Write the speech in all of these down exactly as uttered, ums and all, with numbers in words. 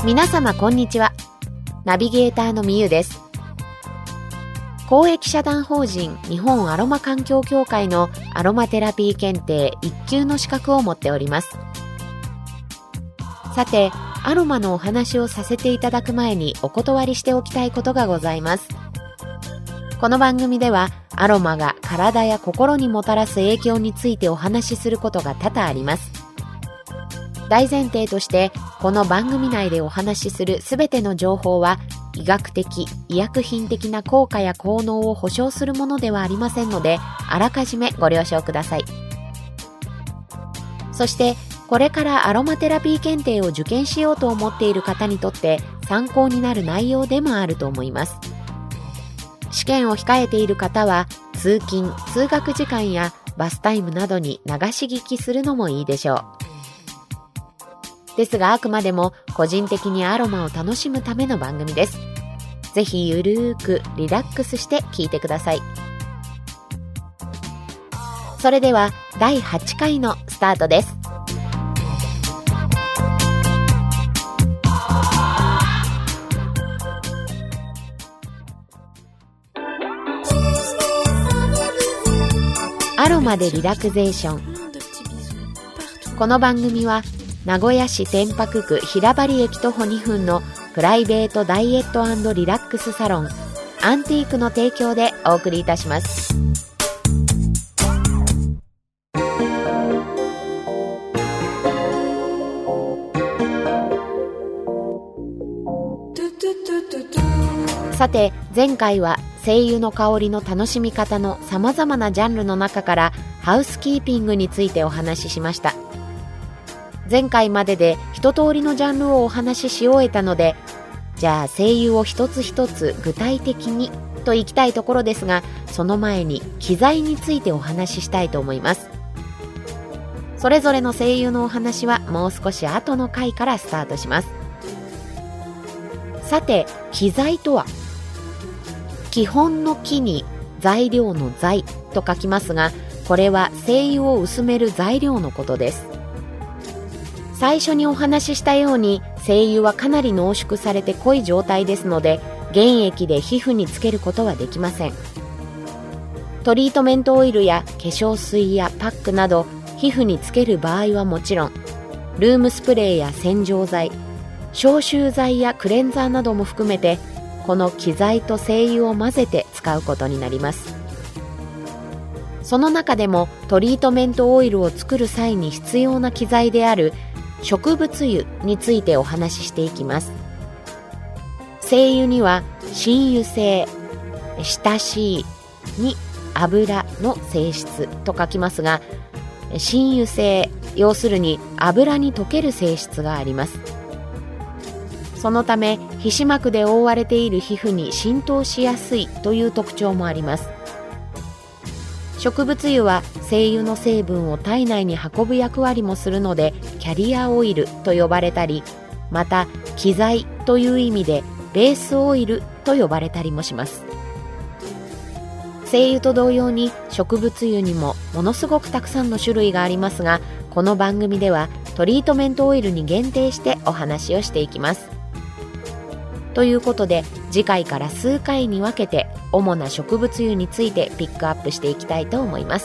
皆様こんにちは。ナビゲーターのみゆです。公益社団法人日本アロマ環境協会のアロマテラピー検定いっ級の資格を持っております。さて、アロマのお話をさせていただく前にお断りしておきたいことがございます。この番組ではアロマが体や心にもたらす影響についてお話しすることが多々あります。大前提としてこの番組内でお話しするすべての情報は医学的、医薬品的な効果や効能を保証するものではありませんので、あらかじめご了承ください。そしてこれからアロマテラピー検定を受験しようと思っている方にとって参考になる内容でもあると思います。試験を控えている方は通勤・通学時間やバスタイムなどに流し聞きするのもいいでしょう。ですが、あくまでも個人的にアロマを楽しむための番組です。ぜひゆるーくリラックスして聞いてください。それではだいはちかいのスタートです。アロマでリラクゼーション。この番組は名古屋市天白区平針駅徒歩にふんのプライベートダイエット&リラックスサロンアンティークの提供でお送りいたします。さて、前回は精油の香りの楽しみ方のさまざまなジャンルの中からハウスキーピングについてお話ししました。前回までで一通りのジャンルをお話しし終えたので、じゃあ精油を一つ一つ具体的にといきたいところですが、その前に機材についてお話ししたいと思います。それぞれの精油のお話はもう少し後の回からスタートします。さて、機材とは基本の木に材料の材と書きますが、これは精油を薄める材料のことです。最初にお話ししたように精油はかなり濃縮されて濃い状態ですので、原液で皮膚につけることはできません。トリートメントオイルや化粧水やパックなど皮膚につける場合はもちろん、ルームスプレーや洗浄剤、消臭剤やクレンザーなども含めて、この機材と精油を混ぜて使うことになります。その中でもトリートメントオイルを作る際に必要な機材である植物油についてお話ししていきます。精油には親油性、親しいに油の性質と書きますが、親油性、要するに油に溶ける性質があります。そのため皮脂膜で覆われている皮膚に浸透しやすいという特徴もあります。植物油は精油の成分を体内に運ぶ役割もするので、キャリアオイルと呼ばれたり、また機材という意味でベースオイルと呼ばれたりもします。精油と同様に植物油にもものすごくたくさんの種類がありますが、この番組ではトリートメントオイルに限定してお話をしていきます。ということで、次回から数回に分けて主な植物油についてピックアップしていきたいと思います。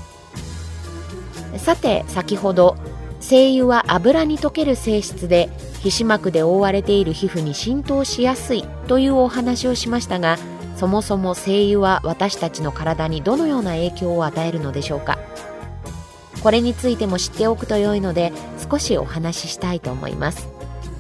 さて、先ほど精油は油に溶ける性質で皮脂膜で覆われている皮膚に浸透しやすいというお話をしましたが、そもそも精油は私たちの体にどのような影響を与えるのでしょうか。これについても知っておくと良いので、少しお話ししたいと思います。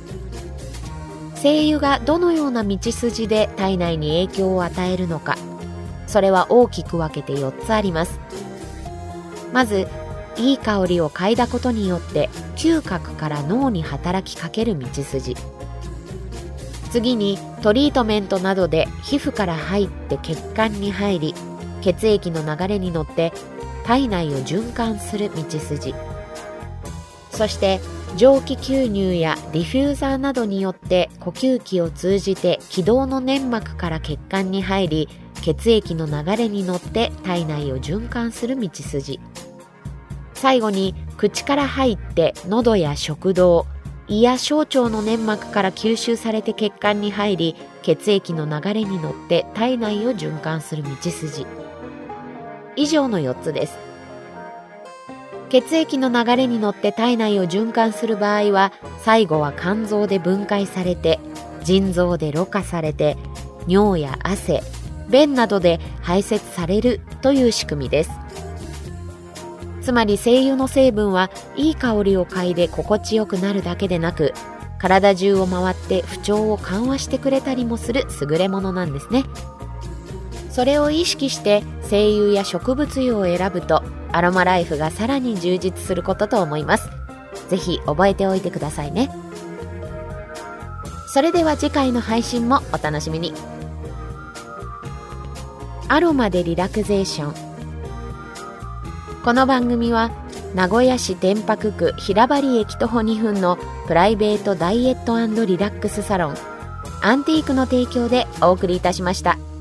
精油がどのような道筋で体内に影響を与えるのか、それは大きく分けてよっつあります。まず、いい香りを嗅いだことによって嗅覚から脳に働きかける道筋。次にトリートメントなどで皮膚から入って血管に入り、血液の流れに乗って体内を循環する道筋。そして蒸気吸入やディフューザーなどによって呼吸器を通じて気道の粘膜から血管に入り、血液の流れに乗って体内を循環する道筋。最後に口から入って喉や食道、 胃や小腸の粘膜から吸収されて血管に入り、血液の流れに乗って体内を循環する道筋。以上のよっつです。血液の流れに乗って体内を循環する場合は、最後は肝臓で分解されて、腎臓でろ過されて、尿や汗、便などで排泄されるという仕組みです。つまり精油の成分はいい香りを嗅いで心地よくなるだけでなく、体中を回って不調を緩和してくれたりもする優れものなんですね。それを意識して精油や植物油を選ぶと、アロマライフがさらに充実することと思います。ぜひ覚えておいてくださいね。それでは次回の配信もお楽しみに。アロマでリラクゼーション。この番組は名古屋市天白区平針駅徒歩にふんのプライベートダイエット&リラックスサロンアンティークの提供でお送りいたしました。